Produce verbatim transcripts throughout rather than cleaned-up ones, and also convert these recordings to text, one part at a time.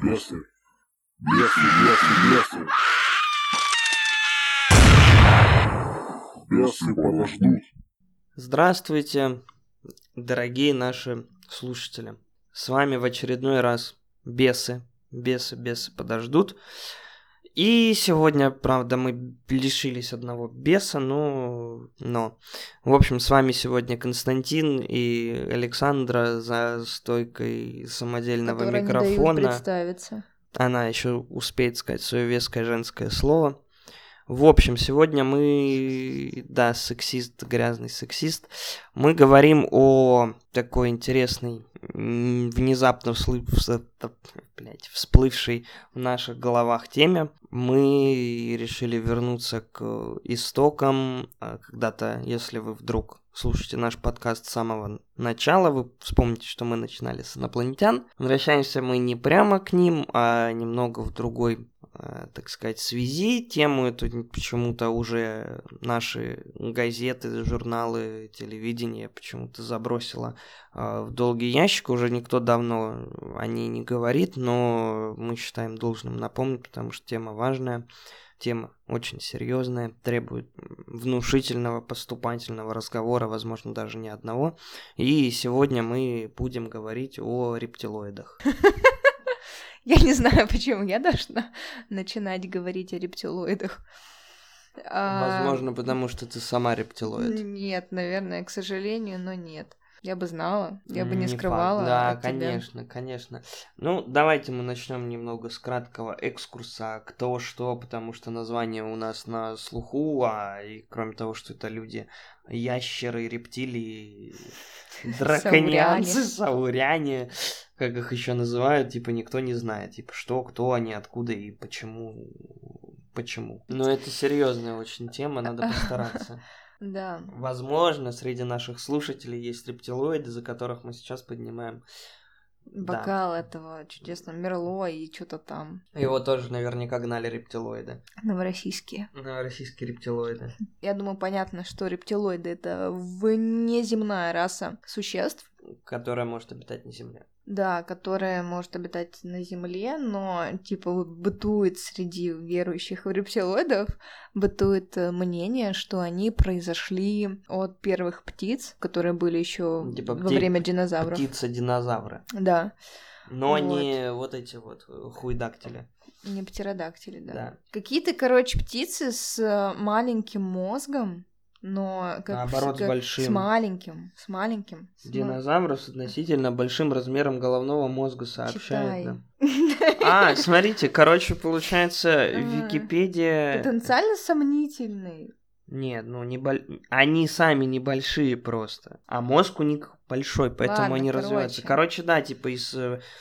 Бесы, бесы, бесы, бесы. Бесы подождут. Здравствуйте, дорогие наши слушатели. С вами в очередной раз бесы, бесы, бесы подождут. И сегодня, правда, мы лишились одного беса, но... но... В общем, с вами сегодня Константин и Александра за стойкой самодельного Которые микрофона. не дают представиться. Она еще успеет сказать свое веское женское слово. В общем, сегодня мы, да, сексист, грязный сексист, мы говорим о такой интересной, внезапно вслы... блядь, всплывшей в наших головах теме. Мы решили вернуться к истокам. Когда-то, если вы вдруг слушаете наш подкаст с самого начала, вы вспомните, что мы начинали с инопланетян. Возвращаемся мы не прямо к ним, а немного в другой, так сказать, связи. Тему эту почему-то уже наши газеты, журналы, телевидение почему-то забросило в долгий ящик. Уже никто давно о ней не говорит, но мы считаем должным напомнить, потому что тема важная. Тема очень серьезная, требует внушительного, поступательного разговора, возможно, даже не одного. И сегодня мы будем говорить о рептилоидах. Я не знаю, почему я должна начинать говорить о рептилоидах. Возможно, потому что ты сама рептилоид. Нет, наверное, к сожалению, но нет. Я бы знала, я бы не, не скрывала. Факт. Да, от тебя. конечно, конечно. Ну, давайте мы начнем немного с краткого экскурса, кто что, потому что название у нас на слуху, а и кроме того, что это люди, ящеры, рептилии, драконианцы, сауряне, как их еще называют, типа никто не знает, типа что, кто они, откуда и почему, почему. Но это серьезная очень тема, надо постараться. Да. Возможно, среди наших слушателей есть рептилоиды, за которых мы сейчас поднимаем бокал да. этого чудесного Мерло и что-то там. Его тоже наверняка гнали рептилоиды. Новороссийские. Новороссийские рептилоиды. Я думаю, понятно, что рептилоиды — это внеземная раса существ, которая может обитать на Земле. Да, которая может обитать на Земле, но, типа, бытует среди верующих в рептилоидов, бытует мнение, что они произошли от первых птиц, которые были еще типа во пти... время динозавров. Птицы-динозавры. Да. Но вот. не вот эти вот хуйдактили. Не птеродактили, да. да. Какие-то, короче, птицы с маленьким мозгом, но как наоборот, с, как с большим. С маленьким, с маленьким. Динозавров с относительно большим размером головного мозга сообщают нам. Читай. А, смотрите, короче, получается, Википедия... Потенциально сомнительный. Нет, ну не бол... они сами небольшие просто, а мозг у них большой, поэтому Ладно, они короче. развиваются. Короче, да, типа из...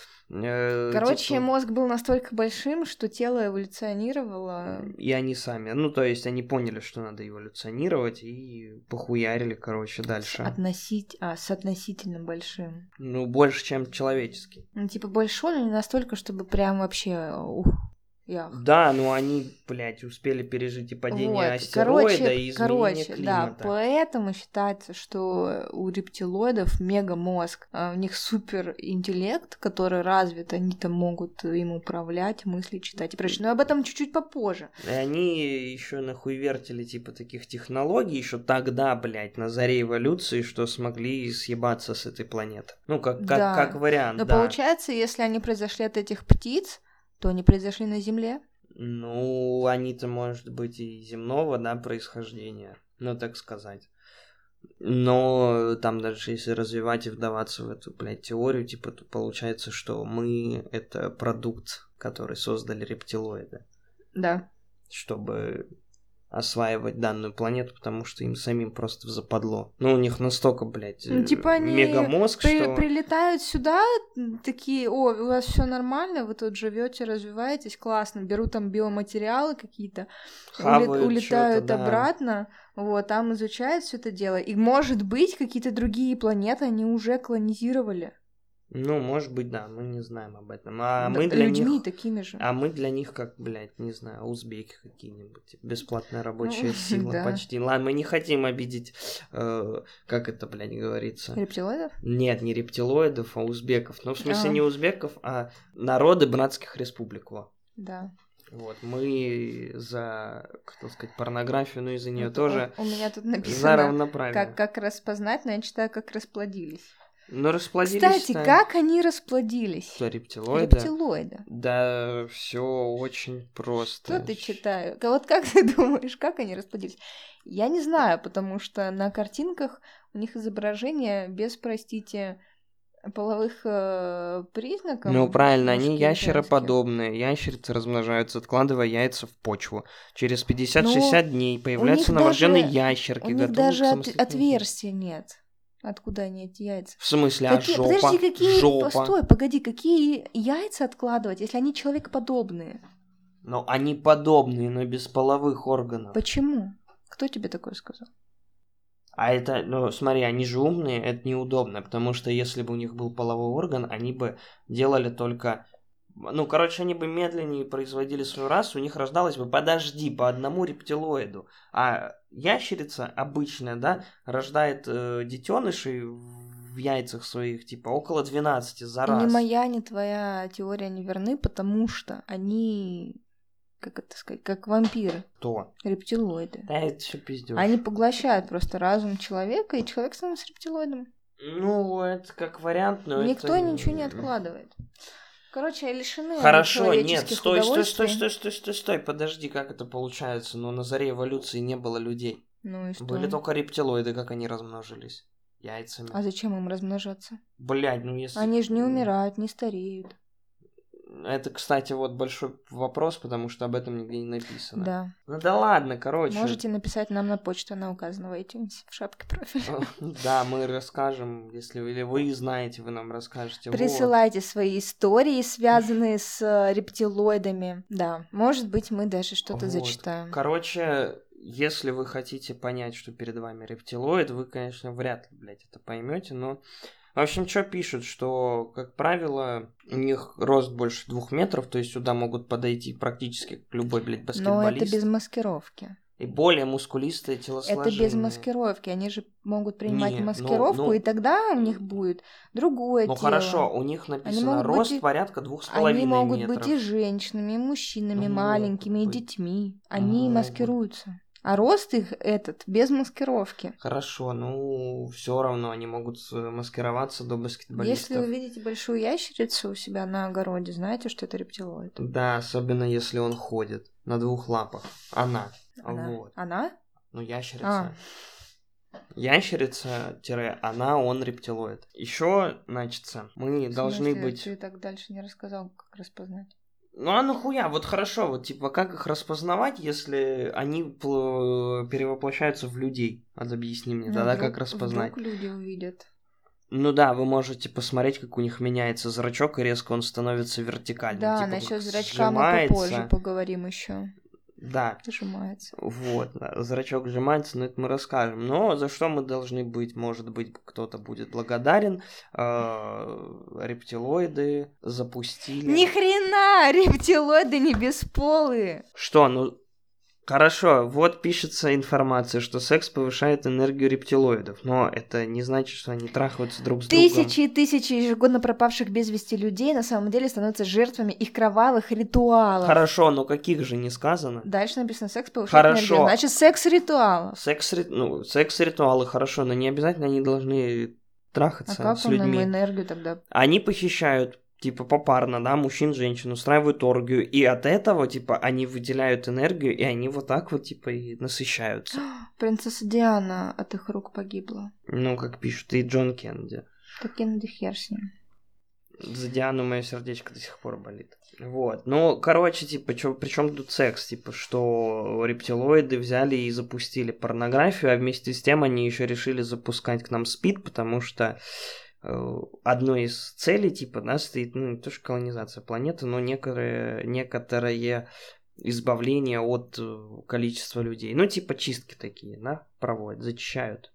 Короче, типа... мозг был настолько большим, что тело эволюционировало. И они сами. Ну, то есть они поняли, что надо эволюционировать, и похуярили, короче, дальше. С, относить... а, с относительно большим. Ну, больше, чем человеческий. Ну, типа, большой, но не настолько, чтобы прям вообще... Ух, ях. Да, ну они, блядь, успели пережить и падение вот. астероида, короче, и изменение короче, климата. Да, поэтому считается, что у рептилоидов мегамозг, а у них супер интеллект, который развит, они там могут им управлять, мысли читать и прочее. Но об этом чуть-чуть попозже. И они еще нахуйвертили типа таких технологий еще тогда, блядь, на заре эволюции, что смогли съебаться с этой планеты. Ну, как, как, да. как вариант, Но да. получается, если они произошли от этих птиц, то они произошли на Земле? Ну, они-то, может быть, и земного, да, происхождения, ну, так сказать. Но там даже если развивать и вдаваться в эту, блядь, теорию, типа, то получается, что мы — это продукт, который создали рептилоиды. Да. Чтобы осваивать данную планету, потому что им самим просто западло. Ну, у них настолько, блядь, ну, типа они мегамозг, при- что... прилетают сюда, такие: о, у вас все нормально, вы тут живете, развиваетесь, классно, берут там биоматериалы какие-то, Хавают улетают что-то, да. обратно, вот, там изучают все это дело. И, может быть, какие-то другие планеты они уже колонизировали. Ну, может быть, да, мы не знаем об этом. А Да, мы для людьми них... такими же. А мы для них, как, блядь, не знаю, узбеки какие-нибудь. Бесплатная рабочая Ну, сила да. почти. Ладно, мы не хотим обидеть, э, как это, блядь, говорится. Рептилоидов? Нет, не рептилоидов, а узбеков. Ну, в смысле, А. не узбеков, а народы братских республик. Во. Да. Вот, мы за, как сказать, порнографию, но из-за нее Вот тоже у, у меня тут за написано, равноправие. как, как распознать, но я читаю, как расплодились. Ну, расплодились. Кстати, как они расплодились? Что, рептилоиды? Рептилоиды. Да, все очень просто. Что ты читаю? Вот как ты думаешь, как они расплодились? Я не знаю, потому что на картинках у них изображение без, простите, половых э, признаков. Ну, правильно, они мужских, ящероподобные. Ящерицы размножаются, откладывая яйца в почву. Через Ну, пятьдесят-шестьдесят дней у появляются них новорожденные даже- ящерки, У них готовые даже к от- самостоятельной жизни. отверстия нет. Откуда они эти яйца? В смысле, Какие- а жопа? Подожди, какие... Жопа. Постой, погоди, какие яйца откладывать, если они человекоподобные? Но они подобные, но без половых органов. Почему? Кто тебе такое сказал? А это, ну, смотри, они же умные, это неудобно, потому что если бы у них был половой орган, они бы делали только... Ну, короче, они бы медленнее производили свою расу, у них рождалось бы, подожди, по одному рептилоиду. А ящерица обычная, да, рождает э, детенышей в яйцах своих, типа, около двенадцати за И раз. ни моя, ни твоя теория не верны, потому что они, как это сказать, как вампиры, Кто? рептилоиды. Да, это все пиздёж. Они поглощают просто разум человека, и человек становится рептилоидом. Ну, это как вариант, но Никто это... ничего не откладывает. Короче, лишены они Хорошо, нет, человеческих стой, стой, удовольствий. стой, стой, стой, стой, стой, подожди, как это получается? Ну, на заре эволюции не было людей. Ну и что? Были только рептилоиды, как они размножились. Яйцами. А зачем им размножаться? Блядь, ну если... Они же не умирают, не стареют. Это, кстати, вот большой вопрос, потому что об этом нигде не написано. Да. Ну да ладно, короче. Можете написать нам на почту, она указана в iTunes, в шапке профиля. Да, мы расскажем, если или вы знаете, вы нам расскажете. Присылайте свои истории, связанные с э, рептилоидами. Да, может быть, мы даже что-то Вот. зачитаем. Короче, если вы хотите понять, что перед вами рептилоид, вы, конечно, вряд ли, блядь, это поймете, но... В общем, что пишут, что, как правило, у них рост больше двух метров, то есть сюда могут подойти практически любой, блядь, баскетболист. Но это без маскировки. И более мускулистое телосложение. Это без маскировки. Они же могут принимать Не, ну- маскировку, ну- и тогда у них будет другое Ну тело. хорошо, у них написано могут быть рост и- порядка двух с Они половиной могут метров. быть и женщинами, и мужчинами, Ну, маленькими, и могут быть. детьми. Они Могут. маскируются. А рост их этот без маскировки. Хорошо, ну все равно они могут э, маскироваться до баскетболистов. Если вы видите большую ящерицу у себя на огороде, знаете, что это рептилоид. Да, особенно если он ходит на двух лапах. Она. Она? Вот. Она? Ну, ящерица. А. Ящерица-она, он рептилоид. Еще, значит, мы В должны смысле, быть... Ты так дальше не рассказал, как распознать. Ну а нахуя? Вот хорошо, вот типа как их распознавать, если они пл- перевоплощаются в людей? Вот объясни мне, Ну, тогда вдруг- как распознать? Вдруг люди увидят. Ну да, вы можете посмотреть, как у них меняется зрачок, и резко он становится вертикальным. Да, типа, насчет как зрачка мы сжимается. попозже поговорим еще. Да, Сжимается. вот, да, зрачок сжимается, но это мы расскажем. Но за что мы должны быть, может быть, кто-то будет благодарен. Э, рептилоиды запустили... Ни хрена! Рептилоиды не бесполые! Что, ну... Хорошо, вот пишется информация, что секс повышает энергию рептилоидов, но это не значит, что они трахаются друг с другом. Тысячи и тысячи ежегодно пропавших без вести людей на самом деле становятся жертвами их кровавых ритуалов. Хорошо, но каких же не сказано? Дальше написано секс повышает Хорошо. энергию. Значит, секс-ритуалов. Секс, ну, секс-ритуалы, хорошо, но не обязательно они должны А трахаться как с он людьми. нам энергию тогда? Они похищают, типа, попарно, да, мужчин, женщин, устраивают оргию, и от этого, типа, они выделяют энергию, и они вот так вот, типа, и насыщаются. Принцесса Диана от их рук погибла. Ну, как пишут, и Джон Кеннеди. Так Кеннеди хер с ним. За Диану мое сердечко до сих пор болит. Вот. Ну, короче, типа, чё, при чем тут секс? Типа, что рептилоиды взяли и запустили порнографию, а вместе с тем они еще решили запускать к нам спид, потому что э, одной из целей, типа, да, стоит, ну, не то что колонизация планеты, но некоторые, некоторое избавление от э, количества людей. Ну, типа, чистки такие, да, проводят, зачищают.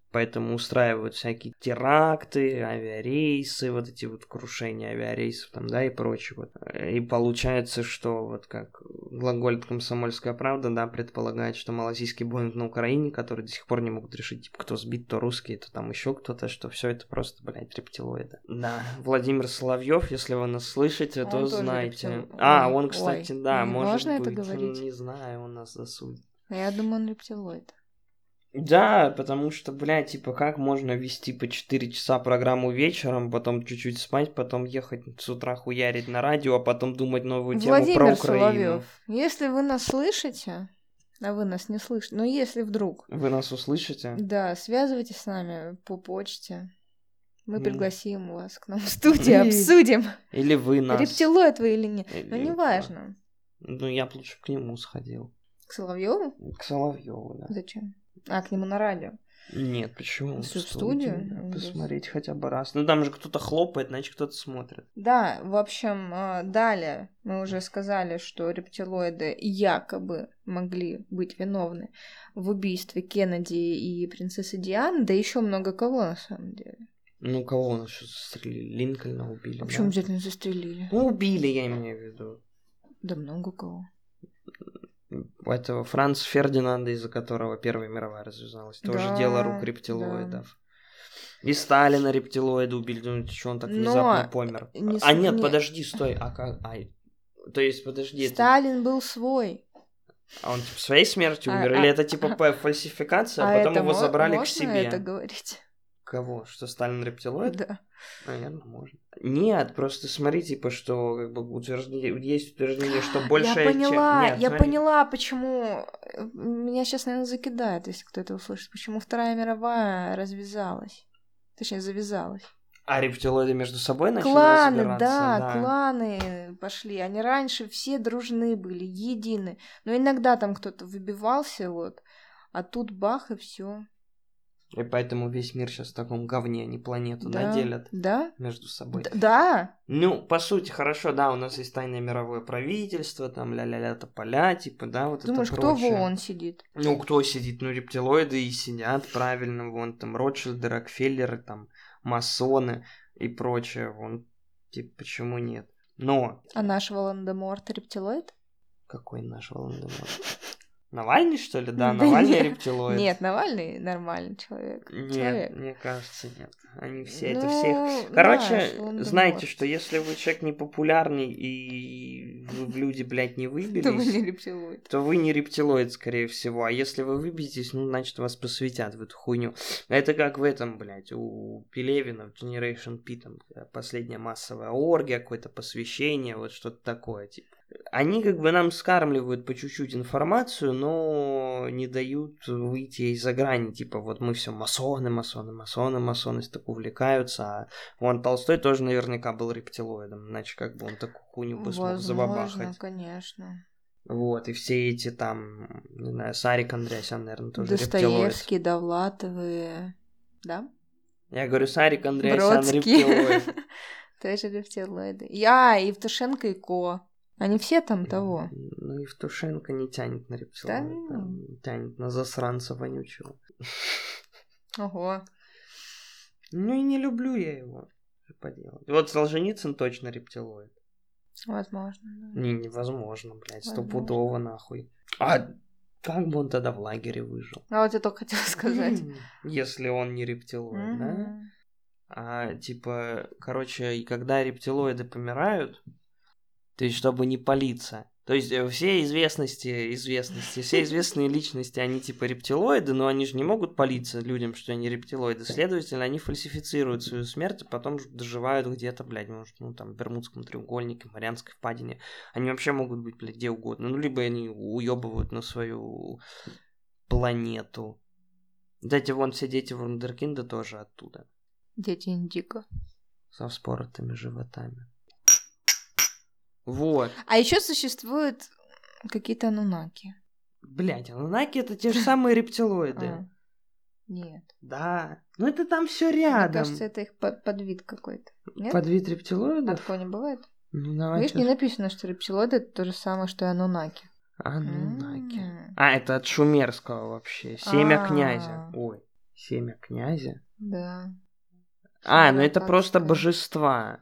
Поэтому устраивают всякие теракты, авиарейсы, вот эти вот крушения авиарейсов там, да, и прочее. Вот. И получается, что вот как глаголит «Комсомольская правда», да, предполагает, что малазийский Боинг на Украине, который до сих пор не могут решить, типа, кто сбит, то русские, то там еще кто-то, что все это просто, блядь, рептилоиды. Да, Владимир Соловьев, если вы нас слышите, Он то тоже знаете. рептил- А, Ой, он, кстати, ой, да, не может можно это быть. говорить? Не знаю, он нас засудит. Я думаю, он рептилоид. Да, потому что, блядь, типа, как можно вести по четыре часа программу вечером, потом чуть-чуть спать, потом ехать с утра хуярить на радио, а потом думать новую тему Владимир про Украину. Соловьев, если вы нас слышите, а вы нас не слышите, но если вдруг, Вы нас услышите? да, связывайтесь с нами по почте. Мы М. пригласим вас к нам в студию, обсудим, Или вы нас... рептилоид вы или нет. Или- Но неважно. Ну, я б лучше к нему сходил. К Соловьеву? К Соловьеву, да. Зачем? А, к нему на радио. Нет, почему? Что, в студию? Да, посмотреть хотя бы раз. Ну, там же кто-то хлопает, значит, кто-то смотрит. Да, в общем, э, далее мы уже сказали, что рептилоиды якобы могли быть виновны в убийстве Кеннеди и принцессы Дианы, да еще много кого на самом деле. Ну, кого у нас еще застрелили? Линкольна убили, А почему да? обязательно застрелили? Ну, убили, я имею в виду. Да много кого. Этого Франца Фердинанда, из-за которого Первая мировая развязалась. Тоже Да, дело рук рептилоидов. И Сталина рептилоиды убили. Думаете, что он так Но внезапно помер? не А с- нет, не- подожди, стой. А как? Ай. То есть, подожди. это- Сталин был свой. А он типа своей смертью А- умер? а- Или это типа п- фальсификация, а А потом это его мо- забрали к можно себе? это говорить? Кого? Что Сталин рептилоид? Да. Наверное, можно. Нет, просто смотри, типа, что как бы утверждение, есть утверждение, что большая Я часть- поняла, Нет, я смотри. поняла, почему... Меня сейчас, наверное, закидает, если кто это услышит. Почему Вторая мировая развязалась. Точнее, завязалась. А рептилоиды между собой начали Кланы, разбираться? да, кланы пошли. Они раньше все дружны были, едины. Но иногда там кто-то выбивался, вот. А тут бах, и все. И поэтому весь мир сейчас в таком говне, они планету, да, Да, делят да, между собой. Д- да. Ну, по сути, хорошо, да, у нас есть тайное мировое правительство, там ля-ля-ля тополя, типа, да, вот Думаешь, это кто в прочее. ООН сидит? Ну, кто сидит? Ну, рептилоиды и сидят, правильно, вон там Ротшильды, Рокфеллеры, там, масоны и прочее, вон, типа, почему нет? Но, А наш Волан-де-Морт рептилоид? какой наш Волан-де-Морт? Навальный, что ли? Да, Да Навальный нет. рептилоид. Нет, Навальный нормальный человек. Нет, Человек. мне кажется, нет. Они все, это Ну, всех... наш Короче, Волан-де-Морт. знаете, что если вы человек непопулярный и вы в люди, блядь, не Это вы не выбились, рептилоид. то вы не рептилоид, скорее всего. А если вы выбьетесь, ну, значит, вас посвятят в эту хуйню. Это как в этом, блядь, у Пелевина, в Generation P, там, последняя массовая оргия, какое-то посвящение, вот что-то такое, типа. Они как бы нам скармливают по чуть-чуть информацию, но не дают выйти из-за грани. Типа, вот мы все масоны, масоны, масоны, масоны так увлекаются. А вон Толстой тоже наверняка был рептилоидом, иначе как бы он такую хуйню бы смог Возможно, забабахать. конечно. Вот, и все эти там, не знаю, Сарик Андреасян, наверное, тоже рептилоид. Достоевский, Довлатовы, да? Я говорю, Сарик Андреасян Бродский. рептилоид. Тоже рептилоиды. Я, Евтушенко и Ко. Они все там того. Ну, Евтушенко не тянет на рептилоид, Да? там, тянет на засранца вонючего. Ого. Ну и не люблю я его. Что поделать. Вот Солженицын точно рептилоид. Возможно, да. Не, невозможно, блядь, Возможно. стопудово нахуй. А как бы он тогда в лагере выжил? А вот я только хотела сказать. Если он не рептилоид, да? Мгм. А, типа, короче, и когда рептилоиды помирают, то есть, чтобы не палиться. То есть, э, все известности, известности, все известные личности, они типа рептилоиды, но они же не могут палиться людям, что они рептилоиды. Следовательно, они фальсифицируют свою смерть, а потом ж доживают где-то, блядь, может, ну, там, в Бермудском треугольнике, Марианской впадине. Они вообще могут быть, блядь, где угодно. Ну, либо они уебывают на свою планету. Кстати, вон все дети Вундеркинда тоже оттуда. Дети Индиго. Со вспоротыми животами. Вот. А еще существуют какие-то анунаки. Блять, анунаки это те же самые рептилоиды. А, нет. Да. Ну это там все Мне рядом. кажется, это их под- подвид какой-то. Нет? Подвид А рептилоидов? такого не бывает? Ну давай. Видишь, не написано, что рептилоиды это то же самое, что и анунаки. Анунаки. М. А, это от шумерского вообще. Семя А. князя. Ой. Семя князя? Да. А, ну это Акацкое. просто божества.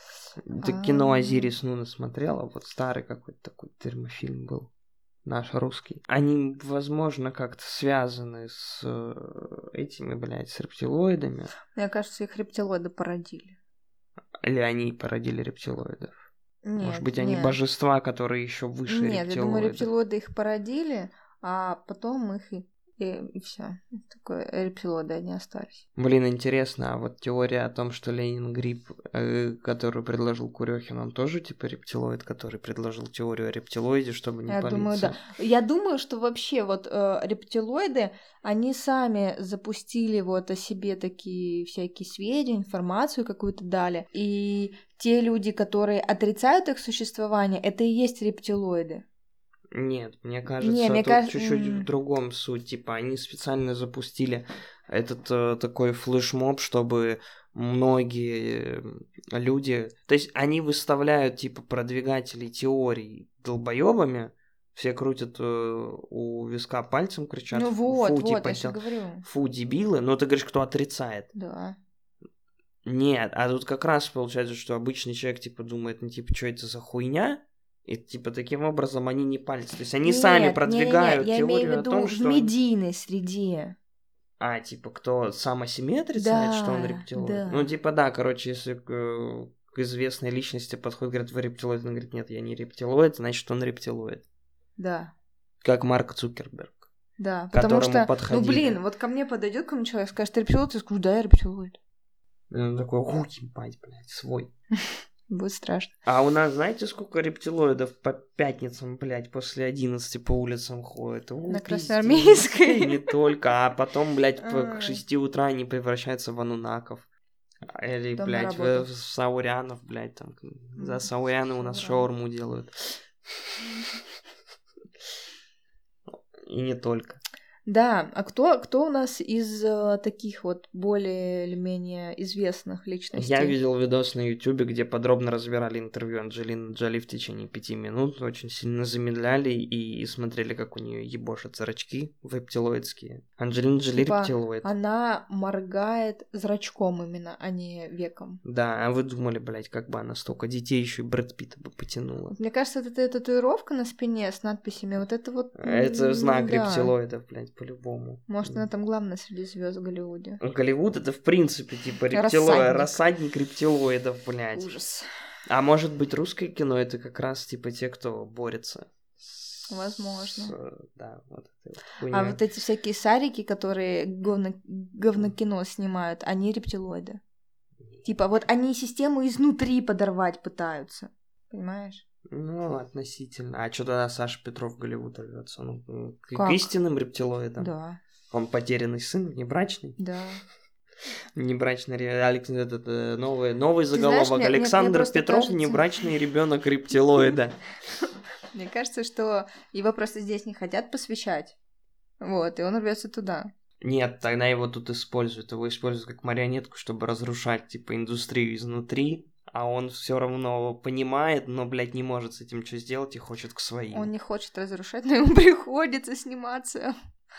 Ты кино А. Азирис Нуна смотрела? Вот старый какой-то такой термофильм был. Наш русский. Они, возможно, как-то связаны с э, этими, блядь, с рептилоидами. Мне кажется, их рептилоиды породили. Или они породили рептилоидов. Нет, Может быть, они нет. божества, которые еще выше Нет, я думаю, рептилоидов. рептилоиды их породили, а потом их и, и, и все. Такое рептилоиды они остались. Блин, интересно, а вот теория о том, что Ленин гриб, э, которую предложил Курехин, он тоже типа рептилоид, который предложил теорию о рептилоиде, чтобы не Я палиться? думаю, да. Я думаю, что вообще вот э, рептилоиды, они сами запустили вот о себе такие всякие сведения, информацию какую-то дали. И те люди, которые отрицают их существование, это и есть рептилоиды. Нет, мне кажется, Не, мне тут кажется, чуть-чуть м. в другом суть. Типа, они специально запустили этот э, такой флешмоб, чтобы многие люди... То есть они выставляют, типа, продвигателей теорий долбоебами, все крутят э, у виска пальцем, кричат, Ну фу, вот, фу, вот, типа, я же дел- говорю. фу, дебилы, но ты говоришь, кто отрицает. Да. Нет, а тут как раз получается, что обычный человек, типа, думает, ну, типа, что это за хуйня? И, типа, таким образом они не палятся. То есть они Нет, сами не-не-не, продвигают я теорию имею в о виду том, в что... они- медийной среде. А, типа, кто сам о себе отрицает, что он Да, рептилоид? да. Ну, типа, да, короче, если к, э, к известной личности подходит, говорит, вы рептилоид, он говорит, нет, я не рептилоид, значит, он рептилоид. Да. Как Марк Цукерберг. Да, потому Которому что, подходили. ну блин, вот ко мне подойдет ко мне человек, скажет, ты рептилоид, я скажу, да, я рептилоид. И он такой, ух, ебать, блядь, свой. Будет страшно. А у нас, знаете, сколько рептилоидов по пятницам, блядь, после одиннадцати по улицам ходят? У, На пиздец. Красноармейской? И не только, а потом, блядь, по- А. к шести утра они превращаются в анунаков. Или, Идём на блядь, в, работу. в саурянов, блядь, там. За М, сауряны у нас шаурма. шаурму делают. И не только. Да, а кто, кто у нас из э, таких вот более или менее известных личностей? Я видел видос на Ютубе, где подробно разбирали интервью Анджелины Джоли в течение пяти минут, очень сильно замедляли и, и смотрели, как у нее ебошат зрачки рептилоидские. Анджелина Джоли Типа, рептилоид. она моргает зрачком именно, а не веком. Да, а вы думали, блядь, как бы она столько детей еще и Брэд Питта бы потянула. Мне кажется, вот эта татуировка на спине с надписями, вот это вот... Это м, знак да. рептилоидов, блядь, по-любому. Может, она там главная среди звезд в Голливуде. Голливуд это в принципе типа рептилоид, Рассадник. рассадник рептилоидов, блядь. Ужас. А может быть русское кино это как раз типа те, кто борется. с- Возможно. Да, вот это вот А хуйня. вот эти всякие сарики, которые говно, говнокино снимают, они рептилоиды. Типа, вот они систему изнутри подорвать пытаются. Понимаешь? Ну, относительно. А что тогда Саша Петров в Голливуд рвется? Ну, к, к Как? истинным рептилоидам. Да, Он потерянный сын, внебрачный. да. Внебрачный ре- Алекс, этот, э, новый, новый Ты знаешь, заголовок. мне- мне- мне Александр просто Петров, кажется- внебрачный ребенок рептилоида. Мне кажется, что его просто здесь не хотят посвящать. Вот, и он рвется туда. Нет, тогда его тут используют. Его используют как марионетку, чтобы разрушать, типа, индустрию изнутри. А он все равно понимает, но, блядь, не может с этим что сделать и хочет к своим. Он не хочет разрушать, но ему приходится сниматься.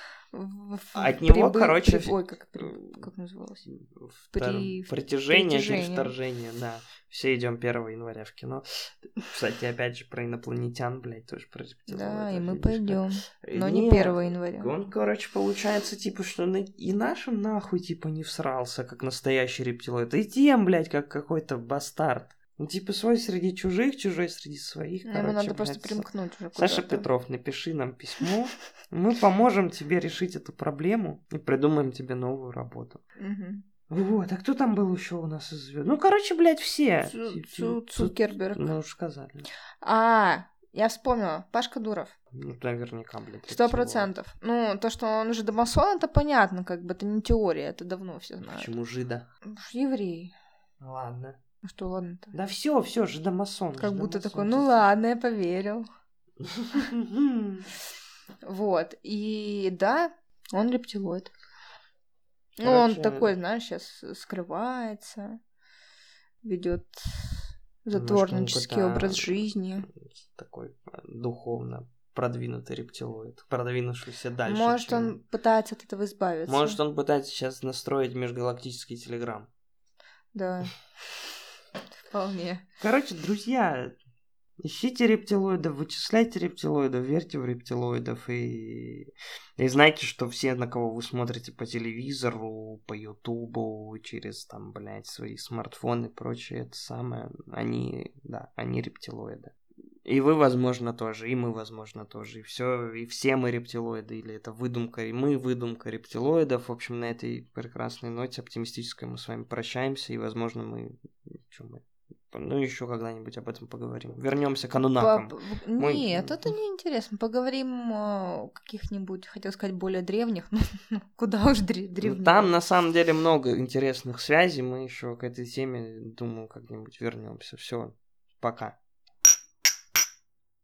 В- в- От него, прибы- короче, при- Ой, как, при- как называлось? Втор- При- Притяжение, притяжение. через вторжение, да. Все идем первого января в кино. Кстати, опять же, про инопланетян, блядь, тоже про рептилоидов, Да, и мы видишь, пойдем. как. Но не Нет, первого января. Он, короче, получается, типа, что на- и нашим нахуй, типа, не всрался, как настоящий рептилоид, и тем, блядь, как какой-то бастард. Ну, типа, свой среди чужих, чужой среди своих, Ему короче, надо просто блядь, примкнуть уже Саша куда-то. Петров, напиши нам письмо, мы поможем тебе решить эту проблему и придумаем тебе новую работу. Мгм. Вот, а кто там был еще у нас из звезд? Ну, короче, блядь, все. Цу- Ти- Цу- ти- Цукерберг. Ну, уж сказали. А, я вспомнила. Пашка Дуров. Ну, наверняка, блядь. Сто рептилоид. процентов. Ну, то, что он же домасон, это понятно, как бы это не теория, это давно все знают. Почему жида? Уж еврей. Ладно. Ну что, ладно-то? Да все, все, жидомасон. Как будто жидомасон. такой, ну ладно, я поверил. Вот. И да, он рептилоид. Ну, он Короче, такой, знаешь, сейчас скрывается, ведет Немножко затворнический какой-то образ жизни. Такой а, духовно продвинутый рептилоид, продвинувшийся дальше. Может, чем... он пытается от этого избавиться. Может, он пытается сейчас настроить межгалактический телеграм. Да, вполне. Короче, друзья, ищите рептилоидов, вычисляйте рептилоидов, верьте в рептилоидов и... и знайте, что все, на кого вы смотрите по телевизору, по ютубу, через там, блядь, свои смартфоны и прочее, это самое, они, да, они рептилоиды. И вы, возможно, тоже, и мы, возможно, тоже, и все, и все мы рептилоиды, или это выдумка, и мы выдумка рептилоидов. В общем, на этой прекрасной ноте оптимистической мы с вами прощаемся, и, возможно, мы... Что мы... Ну, еще когда-нибудь об этом поговорим. Вернемся к анунакам. По- Мы- Нет, это не интересно. Поговорим о каких-нибудь, хотел сказать, более древних, но ну, куда уж дре- древнее. Там, на самом деле, много интересных связей. Мы еще к этой теме, думаю, как-нибудь вернемся. Все, пока.